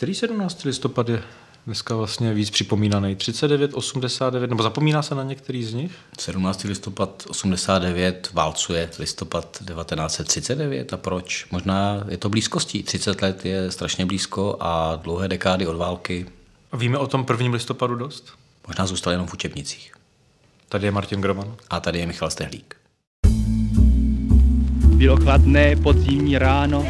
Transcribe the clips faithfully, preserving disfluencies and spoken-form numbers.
Který sedmnáctý listopad je dneska vlastně víc připomínaný? třicet devět, osmdesát devět, nebo zapomíná se na některý z nich? sedmnáctý listopad osmdesát devět válcuje listopad devatenáct set třicet devět a proč? Možná je to blízkostí. třicet let je strašně blízko a dlouhé dekády od války. A víme o tom prvním listopadu dost? Možná zůstal jenom v učebnicích. Tady je Martin Groman. A tady je Michal Stehlík. Bylo chladné podzimní ráno.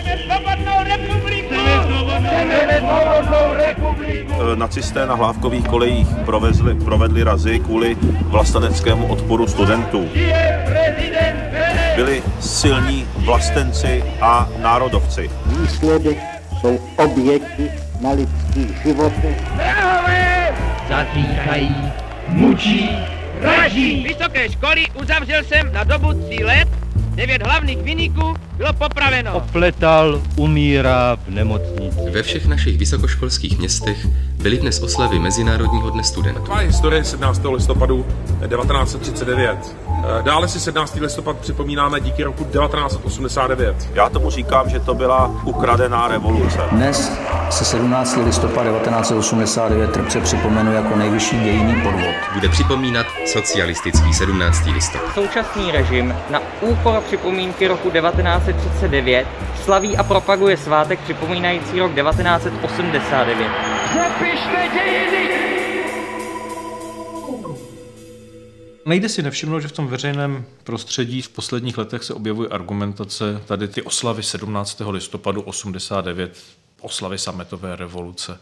Nacisté na Hlávkových kolejích provezli, provedli razy kvůli vlasteneckému odporu studentů. Byli silní vlastenci a národovci. Výsledek jsou oběti na lidských životech. Zatýkají, mučí, vraží. Vysoké školy uzavřel jsem na dobu tří let. Devět hlavních viníků bylo popraveno. Opletal, umírá v nemocnici. Ve všech našich vysokoškolských městech byly dnes oslavy Mezinárodního dne studentů. Taková je historie sedmnáctého listopadu devatenáct set třicet devět. Dále si sedmnáctý listopad připomínáme díky roku devatenáct set osmdesát devět. Já tomu říkám, že to byla ukradená revoluce. Dnes se sedmnáctého listopad devatenáct set osmdesát devět trpce připomenu jako nejvyšší dějinný podvod. Bude připomínat socialistický sedmnáctý listopad. Současný režim na úkor připomínky roku devatenáct set třicet devět slaví a propaguje svátek připomínající rok devatenáct set osmdesát devět. Zapište dějiny! Nejde si nevšimnout, že v tom veřejném prostředí v posledních letech se objevuje argumentace, tady ty oslavy sedmnáctého listopadu osmdesát devět, oslavy sametové revoluce,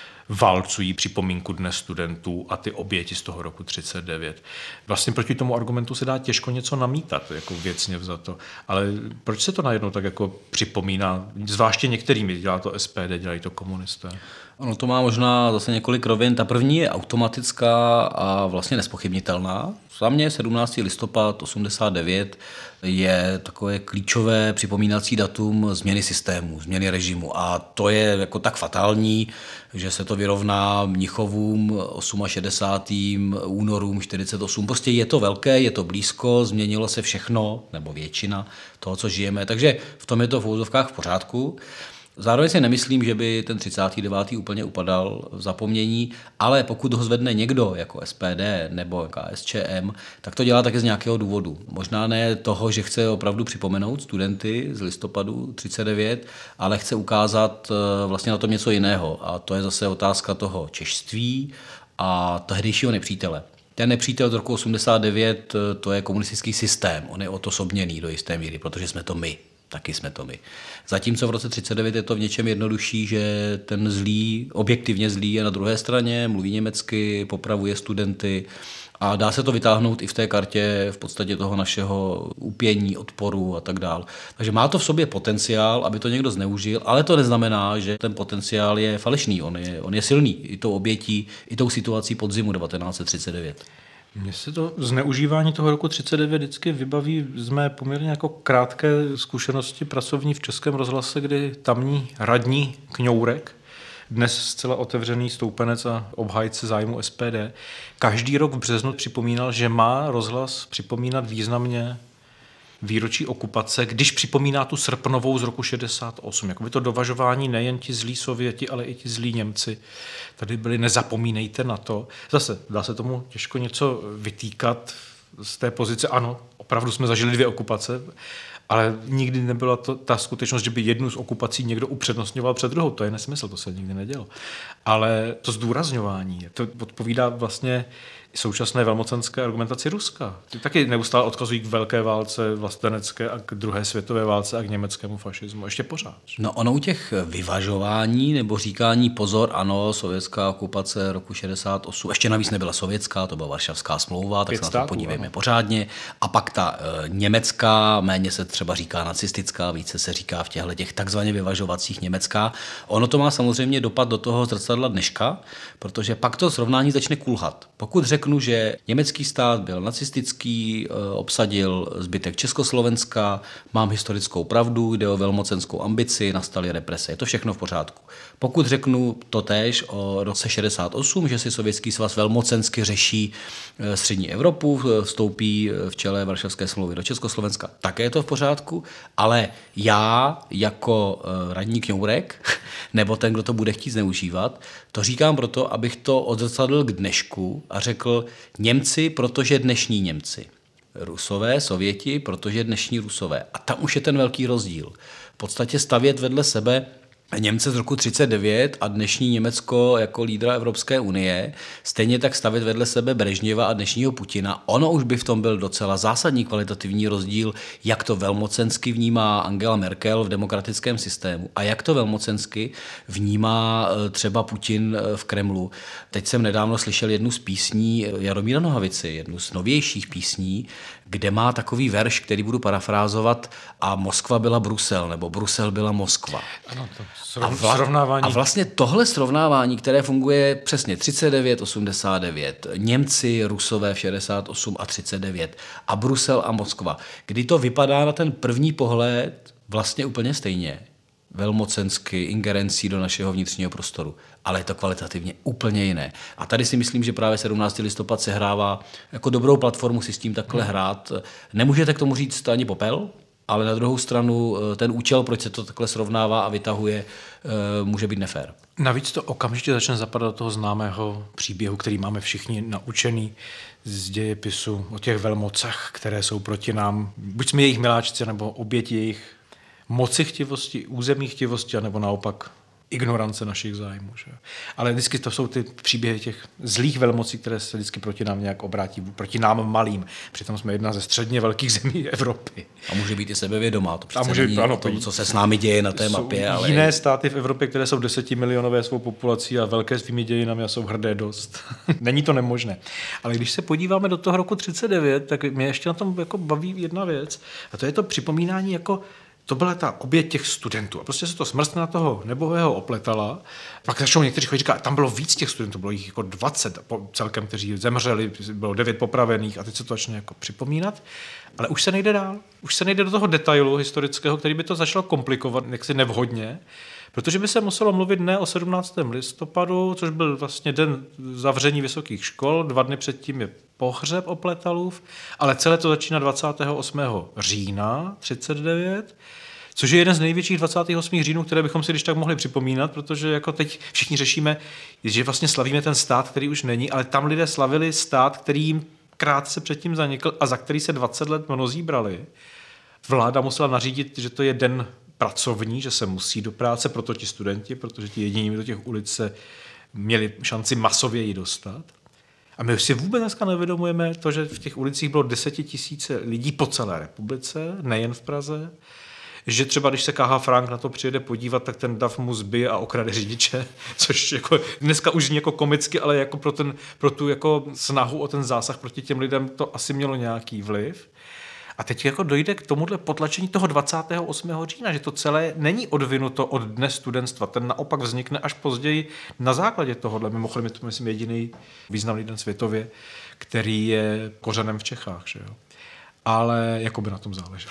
válcují připomínku Dne studentů a ty oběti z toho roku třicet devět. Vlastně proti tomu argumentu se dá těžko něco namítat, jako věcně vzato. Ale proč se to najednou tak jako připomíná? Zvláště některými, dělá to S P D, dělají to komunisté. Ono to má možná zase několik rovin. Ta první je automatická a vlastně nespochybnitelná. Za mě sedmnáctý listopad osmdesát devět je takové klíčové připomínací datum změny systému, změny režimu. A to je jako tak fatální, že se to vyrovná Mnichovům šedesátým osmým únorům čtyřicet osm. Prostě je to velké, je to blízko, změnilo se všechno, nebo většina toho, co žijeme. Takže v tom je to v úvozovkách v pořádku. Zároveň si nemyslím, že by ten třicátý devátý úplně upadal v zapomnění, ale pokud ho zvedne někdo jako S P D nebo K S Č M, tak to dělá také z nějakého důvodu. Možná ne toho, že chce opravdu připomenout studenty z listopadu třicet devět, ale chce ukázat vlastně na tom něco jiného. A to je zase otázka toho češství a tehdejšího nepřítele. Ten nepřítel z roku osmdesát devět, to je komunistický systém. On je odosobněný do jisté míry, protože jsme to my. Taky jsme to my. Zatímco v roce třicet devět je to v něčem jednodušší, že ten zlý, objektivně zlý je na druhé straně, mluví německy, popravuje studenty a dá se to vytáhnout i v té kartě v podstatě toho našeho úpění, odporu a tak dál. Takže má to v sobě potenciál, aby to někdo zneužil, ale to neznamená, že ten potenciál je falešný, on je, on je silný i tou obětí, i tou situací podzimu devatenáct set třicet devět. Mně se to zneužívání toho roku třicet devět vždycky vybaví z mé poměrně jako krátké zkušenosti pracovní v Českém rozhlase, kdy tamní radní Kňourek, dnes zcela otevřený stoupenec a obhájce zájmu S P D, každý rok v březnu připomínal, že má rozhlas připomínat významně výročí okupace, když připomíná tu srpnovou z roku šedesát osm. Jakoby to dovažování nejen ti zlí Sověti, ale i ti zlí Němci. Tady byli, nezapomínejte na to. Zase dá se tomu těžko něco vytýkat z té pozice. Ano, opravdu jsme zažili dvě okupace, ale nikdy nebyla to, ta skutečnost, že by jednu z okupací někdo upřednostňoval před druhou. To je nesmysl, to se nikdy nedělo. Ale to zdůrazňování, to odpovídá vlastně současné velmocenské argumentaci Ruska. Ty taky neustále odkazují k velké válce vlastenecké a k druhé světové válce a k německému fašismu. Ještě pořád. No ono u těch vyvažování nebo říkání pozor, ano, sovětská okupace roku šedesát osm, ještě navíc nebyla sovětská, to byla Varšavská smlouva, tak Pět se na to států, podívejme ano. pořádně. A pak ta e, německá, méně se třeba říká nacistická, více se říká v těchto těch takzvaně vyvažovacích německá. Ono to má samozřejmě dopad do toho zrcadla dneška, protože pak to srovnání začne kulhat. Pokud řeknu řeknu, že německý stát byl nacistický, obsadil zbytek Československa, mám historickou pravdu, jde o velmocenskou ambici, nastaly represe. Je to všechno v pořádku. Pokud řeknu totéž o roce šedesát osm, že si Sovětský svaz velmocensky řeší střední Evropu, vstoupí v čele Varšavské smlouvy do Československa, také je to v pořádku, ale já jako radní Kňourek, nebo ten, kdo to bude chtít zneužívat, to říkám proto, abych to odzrcadlil k dnešku a řekl Němci, protože dnešní Němci. Rusové, Sověti, protože dnešní Rusové. A tam už je ten velký rozdíl. V podstatě stavět vedle sebe Němce z roku třicet devět a dnešní Německo jako lídra Evropské unie, stejně tak stavět vedle sebe Brežněva a dnešního Putina, ono už by v tom byl docela zásadní kvalitativní rozdíl, jak to velmocensky vnímá Angela Merkel v demokratickém systému a jak to velmocensky vnímá třeba Putin v Kremlu. Teď jsem nedávno slyšel jednu z písní Jaromíra Nohavici, jednu z novějších písní, kde má takový verš, který budu parafrázovat, a Moskva byla Brusel, nebo Brusel byla Moskva. Ano, to a, vla, srovnávání. a vlastně tohle srovnávání, které funguje přesně třicet devět osmdesát devět, Němci, Rusové v šedesát osm a třicet devět a Brusel a Moskva, kdy to vypadá na ten první pohled vlastně úplně stejně. Velmocensky, ingerencí do našeho vnitřního prostoru. Ale je to kvalitativně úplně jiné. A tady si myslím, že právě sedmnáctého listopad se hrává jako dobrou platformu si s tím takhle hrát. Nemůžete k tomu říct ani popel, ale na druhou stranu ten účel, proč se to takhle srovnává a vytahuje, může být nefér. Navíc to okamžitě začne zapadat do toho známého příběhu, který máme všichni naučený z dějepisu o těch velmocech, které jsou proti nám. Buď jsme jejich miláčci, nebo oběti jejich moci chtivosti, územní chtivosti, nebo naopak ignorance našich zájmů. Že? Ale vždycky to jsou ty příběhy těch zlých velmocí, které se vždycky proti nám nějak obrátí, proti nám malým. Přitom jsme jedna ze středně velkých zemí Evropy. A může být i sebevědomá. To přece může není být, ano, o tom, co se s námi děje na té mapě. Ale jiné státy v Evropě, které jsou desetimilionové svou populací a velké svými dějinami a jsou hrdé dost. Není to nemožné. Ale když se podíváme do toho roku třicet devět, tak mě ještě na tom jako baví jedna věc. A to je to připomínání jako to byla ta oběť těch studentů. A prostě se to smrstna toho nebohého opletala. Pak začnou někteří chodit říkat, tam bylo víc těch studentů, bylo jich jako dvacet celkem, kteří zemřeli, bylo devět popravených a teď se to začne jako připomínat. Ale už se nejde dál. Už se nejde do toho detailu historického, který by to začalo komplikovat jaksi nevhodně, protože by se muselo mluvit ne o sedmnáctého listopadu, což byl vlastně den zavření vysokých škol, dva dny předtím je pohřeb Opletalův, ale celé to začíná dvacátého osmého října třicet devět, což je jeden z největších dvacátých osmých říjnů, které bychom si když tak mohli připomínat, protože jako teď všichni řešíme, že vlastně slavíme ten stát, který už není, ale tam lidé slavili stát, který jim krátce předtím zanikl a za který se dvacet let mnozí brali. Vláda musela nařídit, že to je den pracovní, že se musí do práce, proto ti studenti, protože ti jediní do těch ulic se měli šanci masově ji dostat. A my si vůbec dneska nevědomujeme to, že v těch ulicích bylo desetitisíce lidí po celé republice, nejen v Praze, že třeba když se K H Frank na to přijede podívat, tak ten dav mu zbije a okrade řidiče, což jako dneska už jako komicky, ale jako pro, ten, pro tu jako snahu o ten zásah proti těm lidem to asi mělo nějaký vliv. A teď jako dojde k tomuhle potlačení toho dvacátého osmého října, že to celé není odvinuto od dne studentstva. Ten naopak vznikne až později na základě tohohle. Mimochodem je to, myslím, jediný významný den světově, který je kořenem v Čechách. Že jo? Ale jako by na tom záleželo.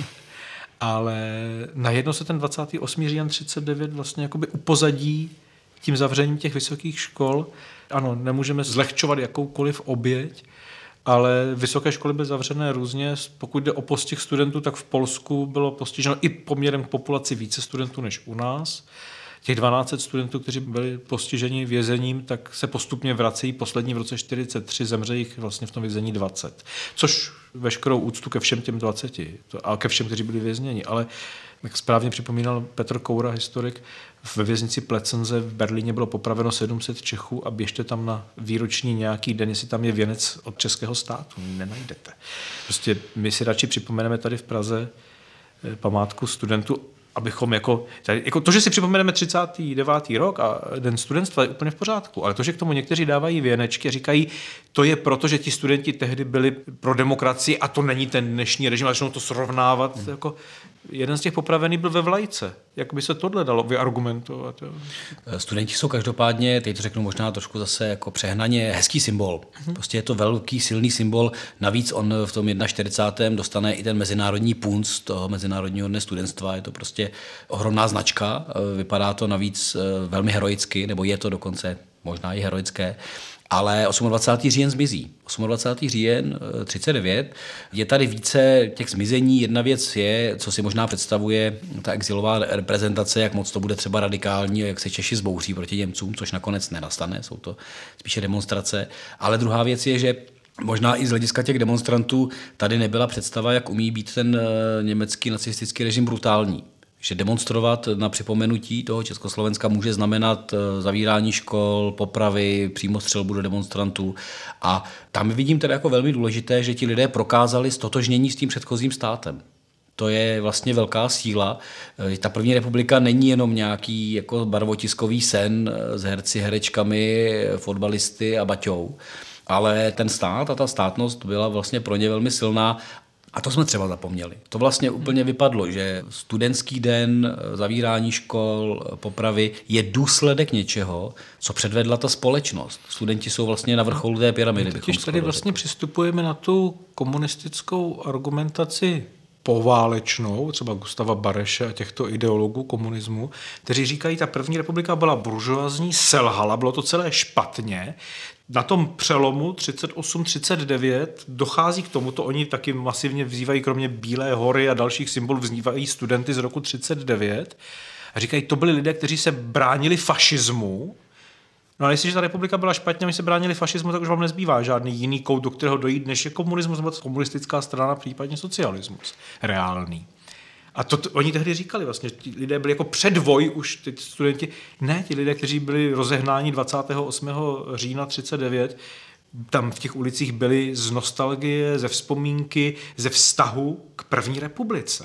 Ale najednou se ten dvacátého osmého října třicet devět vlastně jakoby upozadí tím zavřením těch vysokých škol. Ano, nemůžeme zlehčovat jakoukoliv oběť, ale vysoké školy byly zavřené různě. Pokud jde o postih studentů, tak v Polsku bylo postiženo i poměrem k populaci více studentů než u nás. Těch dvanáct set studentů, kteří byli postiženi vězením, tak se postupně vracejí. Poslední v roce čtyřicet tři zemře jich vlastně v tom vězení dvacet. Což veškerou úctu ke všem těm dvaceti a ke všem, kteří byli vězněni. Ale jak správně připomínal Petr Koura, historik, ve věznici Plecenze v Berlíně bylo popraveno sedm set Čechů a běžte tam na výroční nějaký den, jestli tam je věnec od českého státu. Nenajdete. Prostě my si radši připomeneme tady v Praze památku studentů, abychom jako, tady, jako to, že si připomeneme třicátý devátý rok a den studentstva je úplně v pořádku, ale to, že k tomu někteří dávají věnečky a říkají, to je proto, že ti studenti tehdy byli pro demokracii a to není ten dnešní režim, ale začnou to srovnávat, hmm. jako, jeden z těch popravených byl ve vlajce. Jak by se tohle dalo vyargumentovat? Jo? Studenti jsou každopádně, teď to řeknu možná trošku zase jako přehnaně, hezký symbol. Hmm. Prostě je to velký, silný symbol. Navíc on v tom čtyřicátém prvním dostane i ten mezinárodní punc toho Mezinárodního dne studentstva. Je to prostě ohromná značka. Vypadá to navíc velmi heroicky, nebo je to dokonce možná i heroické. Ale dvacátého osmého říjen zmizí. dvacátého osmého říjen třicet devět. Je tady více těch zmizení. Jedna věc je, co si možná představuje ta exilová reprezentace, jak moc to bude třeba radikální, jak se Češi zbouří proti Němcům, což nakonec nenastane, jsou to spíše demonstrace. Ale druhá věc je, že možná i z hlediska těch demonstrantů tady nebyla představa, jak umí být ten německý nacistický režim brutální. Že demonstrovat na připomenutí toho Československa může znamenat zavírání škol, popravy, přímostřelbu do demonstrantů. A tam vidím teda jako velmi důležité, že ti lidé prokázali stotožnění s tím předchozím státem. To je vlastně velká síla. Ta první republika není jenom nějaký jako barvotiskový sen s herci, herečkami, fotbalisty a baťou, ale ten stát a ta státnost byla vlastně pro ně velmi silná. A to jsme třeba zapomněli. To vlastně úplně vypadlo, že studentský den, zavírání škol, popravy je důsledek něčeho, co předvedla ta společnost. Studenti jsou vlastně na vrcholu té pyramidy. Když tady vlastně přistupujeme na tu komunistickou argumentaci poválečnou, třeba Gustava Bareše a těchto ideologů komunismu, kteří říkají, ta první republika byla buržoazní, selhala, bylo to celé špatně. Na tom přelomu třicet osm třicet devět dochází k tomu, to oni taky masivně vzývají, kromě Bílé hory a dalších symbolů, vzývají studenty z roku třicet devět a říkají, to byli lidé, kteří se bránili fašismu. No a jestliže ta republika byla špatně, my se bránili fašismu, tak už vám nezbývá žádný jiný kout, do kterého dojít, než je komunismus nebo komunistická strana, případně socialismus reálný. A to, to oni tehdy říkali vlastně, ti lidé byli jako předvoj už, ty studenti, ne, ti lidé, kteří byli rozehnáni dvacátého osmého října třicet devět, tam v těch ulicích byli z nostalgie, ze vzpomínky, ze vztahu k první republice.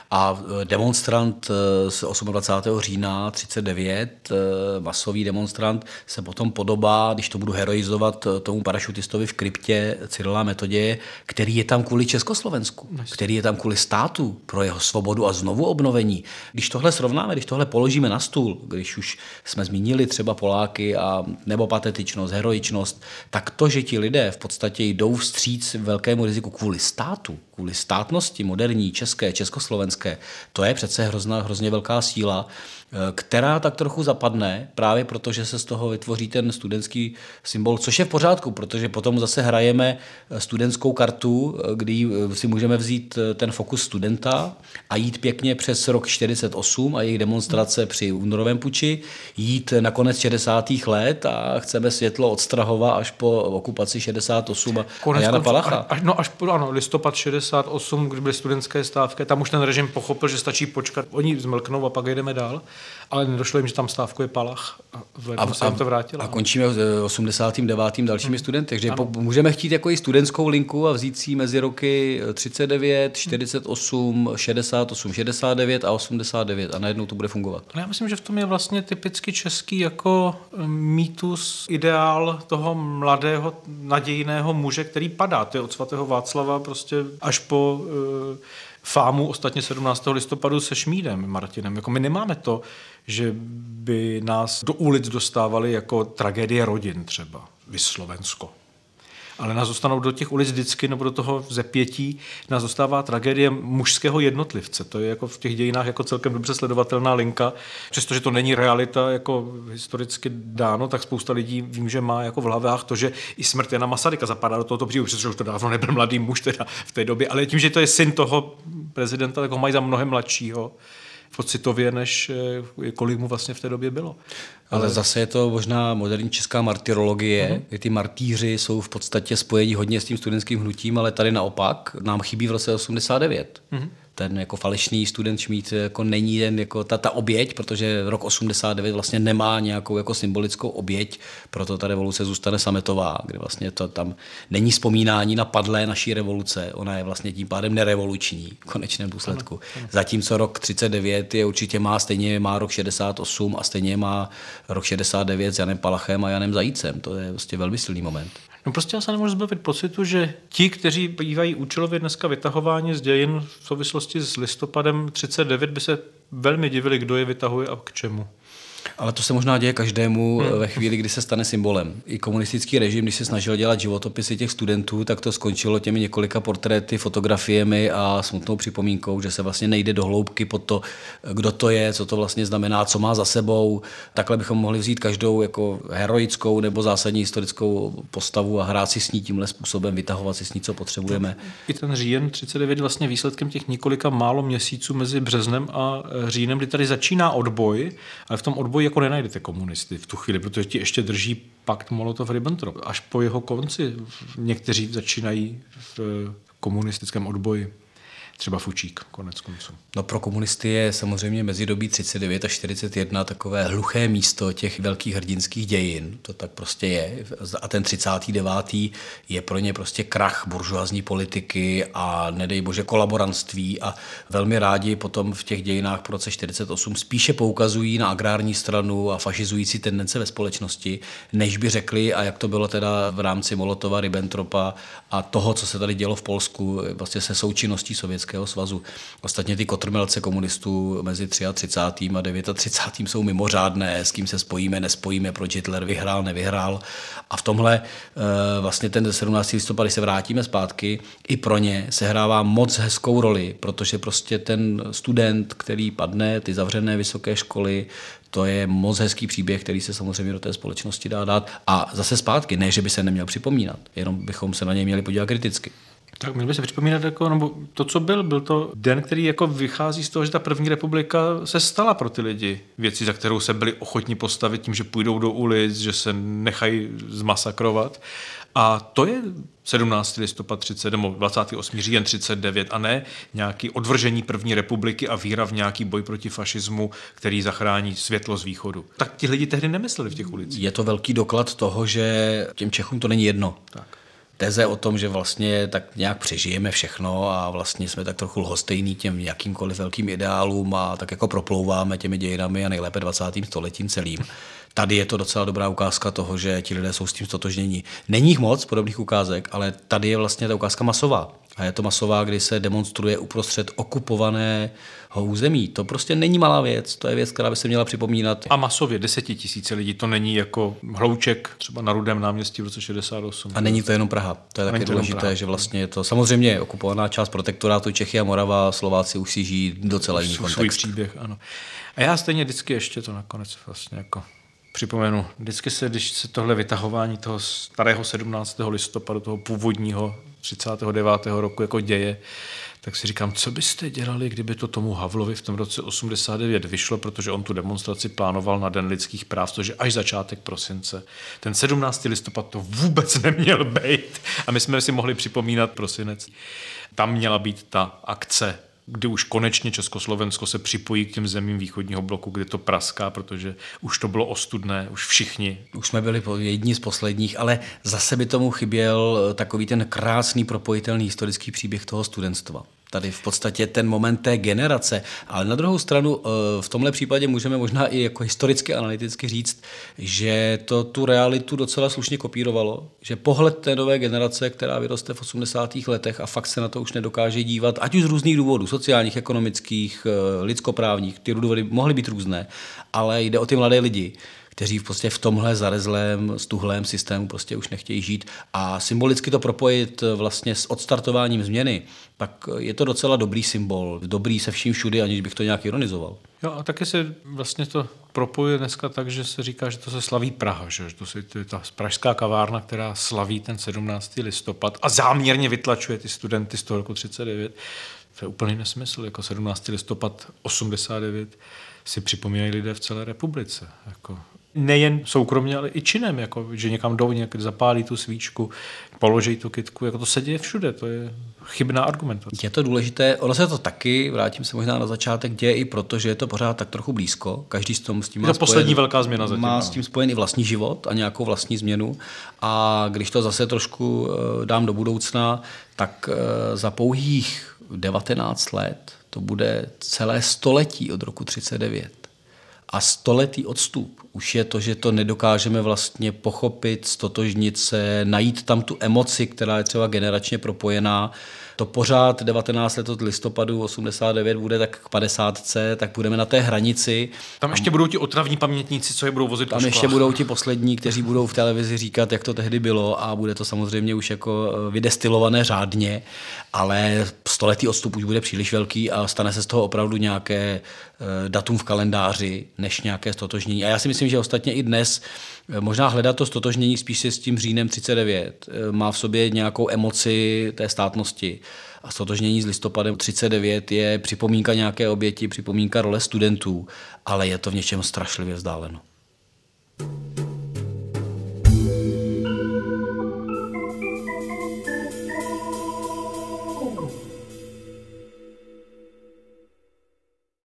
A demonstrant z dvacátého osmého října třicet devět, masový demonstrant, se potom podobá, když to budu heroizovat, tomu parašutistovi v kryptě Cyrila Metoděje, který je tam kvůli Československu, který je tam kvůli státu, pro jeho svobodu a znovu obnovení. Když tohle srovnáme, když tohle položíme na stůl, když už jsme zmínili třeba Poláky a nebo patetičnost, heroičnost, tak to, že ti lidé v podstatě jdou vstříc velkému riziku kvůli státu, kvůli státnosti moderní, české, československé, to je přece hrozná, hrozně velká síla, která tak trochu zapadne, právě protože se z toho vytvoří ten studentský symbol, což je v pořádku, protože potom zase hrajeme studentskou kartu, kdy si můžeme vzít ten fokus studenta a jít pěkně přes rok čtyřicet osm a jejich demonstrace při únorovém puči, jít na konec šedesátých let a chceme světlo od Strahova až po okupaci šedesát osm a, konec, a Jana Palacha. Až, no až po ano, listopad šedesát osm, kdy byly studentské stávky, tam už ten režim pochopil, že stačí počkat, oni zmlknou a pak jdeme dál. Ale nedošlo jim, že tam stávkuje Palach a v lednu se jim to vrátilo. A končíme osmdesátým devátým dalšími hmm. studenty. Takže po, můžeme chtít jako i studentskou linku a vzít si mezi roky třicet devět, čtyřicet osm, šedesát osm, šedesát devět a osmdesát devět a najednou to bude fungovat. Já myslím, že v tom je vlastně typicky český jako mýtus, ideál toho mladého, nadějného muže, který padá. To je od svatého Václava prostě až po uh, fámu ostatně sedmnáctého listopadu se Šmídem Martinem. Jako my nemáme to, že by nás do ulic dostávali jako tragédie rodin třeba, vys Slovensko. Ale nás dostanou do těch ulic vždycky, nebo do toho vzepětí, nás dostává tragédie mužského jednotlivce. To je jako v těch dějinách jako celkem dobře sledovatelná linka. Přestože to není realita jako historicky dáno, tak spousta lidí vím, že má jako v hlavách to, že i smrt Jana Masaryka zapadá do tohoto příběhu, přestože už to dávno nebyl mladý muž teda v té době, ale tím, že to je syn toho prezidenta, tak ho mají za mnohem mladšího pocitově, než kolik mu vlastně v té době bylo. Ale, Ale zase je to možná moderní česká martyrologie, uh-huh. kdy ty martýři jsou v podstatě spojeni hodně s tím studentským hnutím, ale tady naopak nám chybí v roce osmdesát devět. Uh-huh. Ten jako falešný student Šmíd jako není jen jako ta, ta oběť, protože rok osmdesát devět vlastně nemá nějakou jako symbolickou oběť, proto ta revoluce zůstane sametová, kdy vlastně to tam není vzpomínání na padlé naší revoluce, ona je vlastně tím pádem nerevoluční v konečném důsledku. Ano, ano. Zatímco rok třicet devět je určitě má, stejně má rok šedesát osm a stejně má rok šedesát devět s Janem Palachem a Janem Zajícem. To je vlastně velmi silný moment. No prostě já se nemůžu zbavit pocitu, že ti, kteří bývají účelově dneska vytahováni z dějin v souvislosti s listopadem třicet devět, by se velmi divili, kdo je vytahuje a k čemu. Ale to se možná děje každému hmm. ve chvíli, kdy se stane symbolem. I komunistický režim, když se snažil dělat životopisy těch studentů, tak to skončilo těmi několika portréty, fotografiemi a smutnou připomínkou, že se vlastně nejde do hloubky pod to, kdo to je, co to vlastně znamená, co má za sebou. Takhle bychom mohli vzít každou jako heroickou nebo zásadní historickou postavu a hrát si s ní tímhle způsobem, vytahovat si s ní, co potřebujeme. I ten říjen třicet devět je vlastně výsledkem těch několika málo měsíců mezi březnem a říjnem, kdy tady začíná odboj, ale v tom odboji jako nenajdete komunisty v tu chvíli, protože ti ještě drží pakt Molotov-Ribbentrop. Až po jeho konci někteří začínají v komunistickém odboji. Třeba Fučík, konec konců. No pro komunisty je samozřejmě mezidobí třicet devět a čtyřicet jedna takové hluché místo těch velkých hrdinských dějin. To tak prostě je. A ten třicátý devátý je pro ně prostě krach buržoazní politiky a nedej bože kolaborantství a velmi rádi potom v těch dějinách po roce čtyřicet osm spíše poukazují na agrární stranu a fašizující tendence ve společnosti, než by řekli, a jak to bylo teda v rámci Molotova, Ribbentropa a toho, co se tady dělo v Polsku vlastně se součinností sovětské svazu. Ostatně ty kotrmelce komunistů mezi třicátým třetím a třicátým devátým jsou mimořádné, s kým se spojíme, nespojíme, proč Hitler vyhrál, nevyhrál. A v tomhle vlastně ten sedmnáctého listopadu, když se vrátíme zpátky, i pro ně sehrává moc hezkou roli, protože prostě ten student, který padne, ty zavřené vysoké školy, to je moc hezký příběh, který se samozřejmě do té společnosti dá dát. A zase zpátky, ne, že by se neměl připomínat, jenom bychom se na něj měli podívat kriticky. Tak měl by se připomínat, jako, nebo to, co byl, byl to den, který jako vychází z toho, že ta první republika se stala pro ty lidi. Věci, za kterou se byli ochotní postavit tím, že půjdou do ulic, že se nechají zmasakrovat. A to je sedmnáctého listopad třicet nebo dvacátého osmého říjen třicet devět a ne nějaký odvržení první republiky a víra v nějaký boj proti fašismu, který zachrání světlo z východu. Tak ti lidi tehdy nemysleli v těch ulicích. Je to velký doklad toho, že těm Čechům to není jedno. Tak. Teze o tom, že vlastně tak nějak přežijeme všechno a vlastně jsme tak trochu lhostejní těm jakýmkoliv velkým ideálům a tak jako proplouváme těmi dějinami a nejlépe dvacátým stoletím celým. Tady je to docela dobrá ukázka toho, že ti lidé jsou s tím stotožnění. Není jich moc podobných ukázek, ale tady je vlastně ta ukázka masová. A je to masová, kdy se demonstruje uprostřed okupovaného území. To prostě není malá věc, to je věc, která by se měla připomínat. A masově desetitisíce lidí, to není jako hlouček třeba na Rudém náměstí v roce šedesát osm. A není to jenom Praha. To je taky důležité, že vlastně je to samozřejmě okupovaná část protektorátu Čechy a Morava, Slováci už si žijí docela jiný kontext. Svůj příběh, ano. A já stejně vždycky ještě to nakonec vlastně jako připomenu. Vždycky se, když se tohle vytahování toho starého sedmnáctého listopadu, toho původního třicátého devátého roku jako děje, tak si říkám, co byste dělali, kdyby to tomu Havlovi v tom roce osmdesát devět vyšlo, protože on tu demonstraci plánoval na Den lidských práv, což je až začátek prosince. Ten sedmnáctého listopad to vůbec neměl být a my jsme si mohli připomínat prosinec. Tam měla být ta akce, kdy už konečně Československo se připojí k těm zemím východního bloku, kde to praská, protože už to bylo ostudné, už všichni. Už jsme byli jedni z posledních, ale zase by tomu chyběl takový ten krásný propojitelný historický příběh toho studentstva. Tady v podstatě ten moment té generace, ale na druhou stranu v tomhle případě můžeme možná i jako historicky analyticky říct, že to tu realitu docela slušně kopírovalo, že pohled té nové generace, která vyroste v osmdesátých letech a fakt se na to už nedokáže dívat, ať už z různých důvodů, sociálních, ekonomických, lidskoprávních, ty důvody mohly být různé, ale jde o ty mladé lidi, kteří v podstatě v tomhle zarezlém, stuhlém systému prostě už nechtějí žít a symbolicky to propojit vlastně s odstartováním změny, tak je to docela dobrý symbol, dobrý se vším všudy, aniž bych to nějak ironizoval. Jo, a taky se vlastně to propojuje dneska tak, že se říká, že to se slaví Praha, že to, se, to je ta pražská kavárna, která slaví ten sedmnáctého listopad a záměrně vytlačuje ty studenty z toho roku třicet devět. To je úplný nesmysl, jako sedmnáctého listopad osmdesát devět si připomínají lidé v celé republice, jako nejen soukromně, ale i činem, jako, že někam jdou, nějak zapálí tu svíčku, položí tu kytku, jako to se děje všude, to je chybná argumentace. Je to důležité, ono se to taky, vrátím se možná na začátek, děje i proto, že je to pořád tak trochu blízko, každý s tím, s tím má, to poslední velká změna zatím, má s tím spojený vlastní život a nějakou vlastní změnu a když to zase trošku dám do budoucna, tak za pouhých devatenáct let to bude celé století od roku třicet devět. A stoletý odstup už je to, že to nedokážeme vlastně pochopit, stotožnit se, najít tam tu emoci, která je třeba generačně propojená. To pořád devatenáct let od listopadu osmdesát devět bude tak k padesátce, tak budeme na té hranici. Tam ještě budou ti otravní pamětníci, co je budou vozit po Tam školách. ještě budou ti poslední, kteří budou v televizi říkat, jak to tehdy bylo a bude to samozřejmě už jako vydestilované řádně, ale stoletý odstup už bude příliš velký a stane se z toho opravdu nějaké datum v kalendáři, než nějaké stotožnění. A já si myslím, že ostatně i dnes možná hledat to stotožnění spíš se s tím říjnem třicet devět. Má v sobě nějakou emoci té státnosti. A stotožnění s listopadem třicet devět je připomínka nějaké oběti, připomínka role studentů, ale je to v něčem strašlivě vzdáleno.